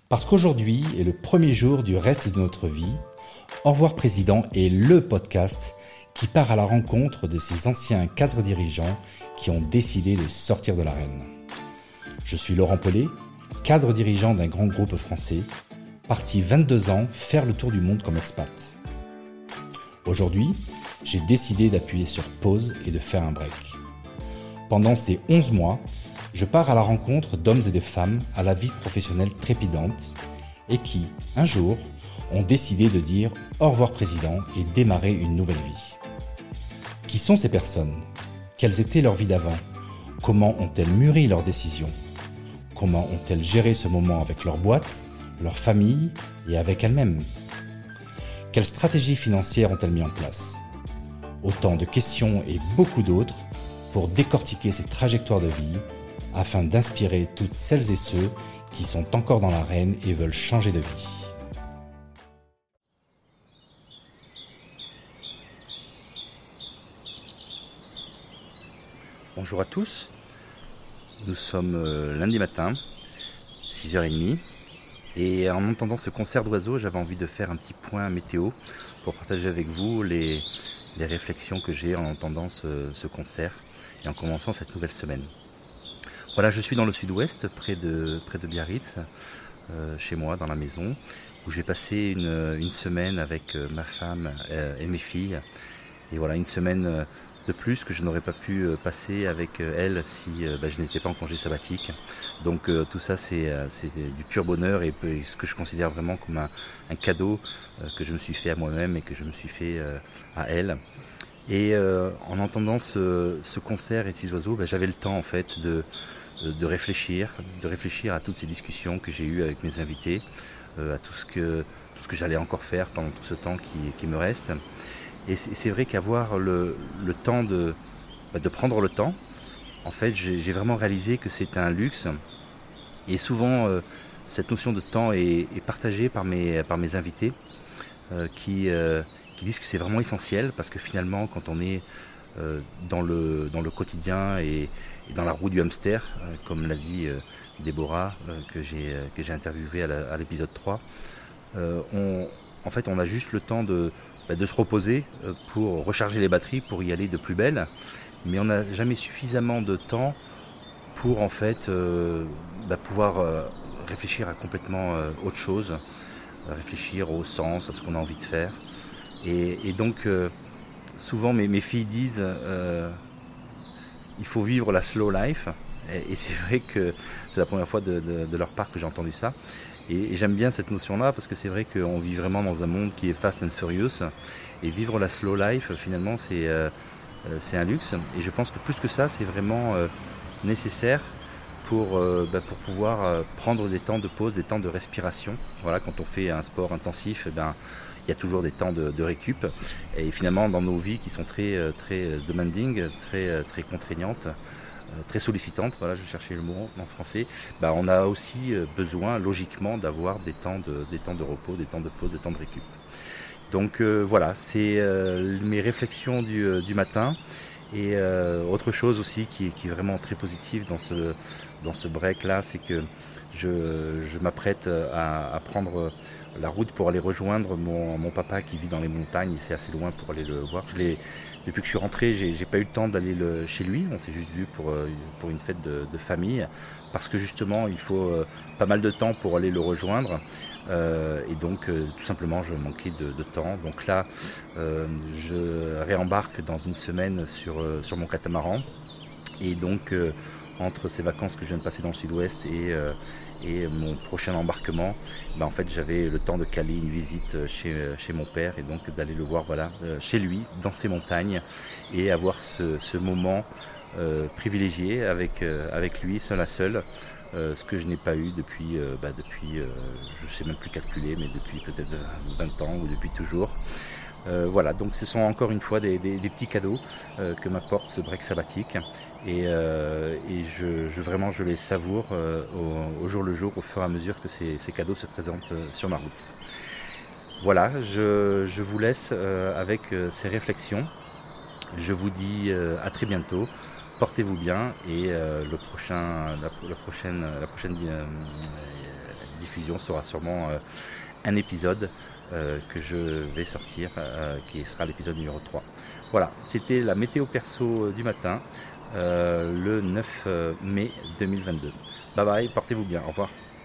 Parce qu'aujourd'hui est le premier jour du reste de notre vie, Au revoir Président est le podcast qui part à la rencontre de ces anciens cadres dirigeants qui ont décidé de sortir de l'arène. Je suis Laurent Paulet, cadre dirigeant d'un grand groupe français, parti 22 ans faire le tour du monde comme expat. Aujourd'hui, j'ai décidé d'appuyer sur pause et de faire un break. Pendant ces 11 mois, je pars à la rencontre d'hommes et de femmes à la vie professionnelle trépidante et qui, un jour, ont décidé de dire au revoir Président et démarrer une nouvelle vie. Qui sont ces personnes ? Quelles étaient leurs vies d'avant ? Comment ont-elles mûri leurs décisions ? Comment ont-elles géré ce moment avec leur boîte, leur famille et avec elles-mêmes ? Quelles stratégies financières ont-elles mis en place ? Autant de questions et beaucoup d'autres pour décortiquer ces trajectoires de vie afin d'inspirer toutes celles et ceux qui sont encore dans l'arène et veulent changer de vie. Bonjour à tous, nous sommes lundi matin, 6h30, et en entendant ce concert d'oiseaux, j'avais envie de faire un petit point météo pour partager avec vous les réflexions que j'ai en entendant ce concert et en commençant cette nouvelle semaine. Voilà, je suis dans le sud-ouest, près de Biarritz, chez moi, dans la maison, où j'ai passé une semaine avec ma femme et mes filles. Et voilà, une semaine de plus que je n'aurais pas pu passer avec elle si je n'étais pas en congé sabbatique. Donc tout ça, c'est du pur bonheur et ce que je considère vraiment comme un cadeau que je me suis fait à moi-même et que je me suis fait à elle. Et en entendant ce concert et ces oiseaux, j'avais le temps en fait de réfléchir à toutes ces discussions que j'ai eues avec mes invités, à tout ce que j'allais encore faire pendant tout ce temps qui me reste. Et c'est vrai qu'avoir le temps de prendre le temps, en fait, j'ai vraiment réalisé que c'est un luxe. Et souvent, cette notion de temps est partagée par mes invités qui disent que c'est vraiment essentiel parce que finalement, quand on est dans le quotidien et dans la roue du hamster, comme l'a dit Déborah, que j'ai interviewé à l'épisode 3, on a juste le temps de se reposer pour recharger les batteries, pour y aller de plus belle, mais on n'a jamais suffisamment de temps pour en fait pouvoir réfléchir à complètement autre chose, réfléchir au sens, à ce qu'on a envie de faire. Et donc souvent mes filles disent il faut vivre la slow life, et c'est vrai que c'est la première fois de leur part que j'ai entendu ça. Et j'aime bien cette notion-là parce que c'est vrai qu'on vit vraiment dans un monde qui est fast and furious. Et vivre la slow life, finalement, c'est un luxe. Et je pense que plus que ça, c'est vraiment nécessaire pour pouvoir prendre des temps de pause, des temps de respiration. Voilà, quand on fait un sport intensif, il y a toujours des temps de récup. Et finalement, dans nos vies qui sont très demanding, très contraignantes, très sollicitante, voilà, je cherchais le mot en français, on a aussi besoin logiquement d'avoir des temps de repos, des temps de pause, des temps de récup. Donc voilà, c'est mes réflexions du matin. Et autre chose aussi qui est vraiment très positive dans ce break là, c'est que je m'apprête à prendre la route pour aller rejoindre mon papa qui vit dans les montagnes, et c'est assez loin pour aller le voir. Depuis que je suis rentré, j'ai pas eu le temps d'aller chez lui. On s'est juste vu pour une fête de famille, parce que justement il faut pas mal de temps pour aller le rejoindre. Et donc tout simplement je manquais de temps. Donc là je réembarque dans une semaine sur mon catamaran. Et donc entre ces vacances que je viens de passer dans le sud-ouest et mon prochain embarquement, en fait j'avais le temps de caler une visite chez mon père, et donc d'aller le voir chez lui, dans ses montagnes, et avoir ce moment privilégié avec lui, seul à seul, ce que je n'ai pas eu depuis je ne sais même plus calculer, mais depuis peut-être 20 ans ou depuis toujours. Voilà, donc ce sont encore une fois des petits cadeaux que m'apporte ce break sabbatique, et je les savoure au jour le jour, au fur et à mesure que ces cadeaux se présentent sur ma route. Voilà, je vous laisse avec ces réflexions. Je vous dis à très bientôt. Portez-vous bien, et la prochaine diffusion sera sûrement un épisode que je vais sortir, qui sera l'épisode numéro 3. Voilà, c'était la météo perso du matin, le 9 mai 2022. Bye bye, portez-vous bien, au revoir.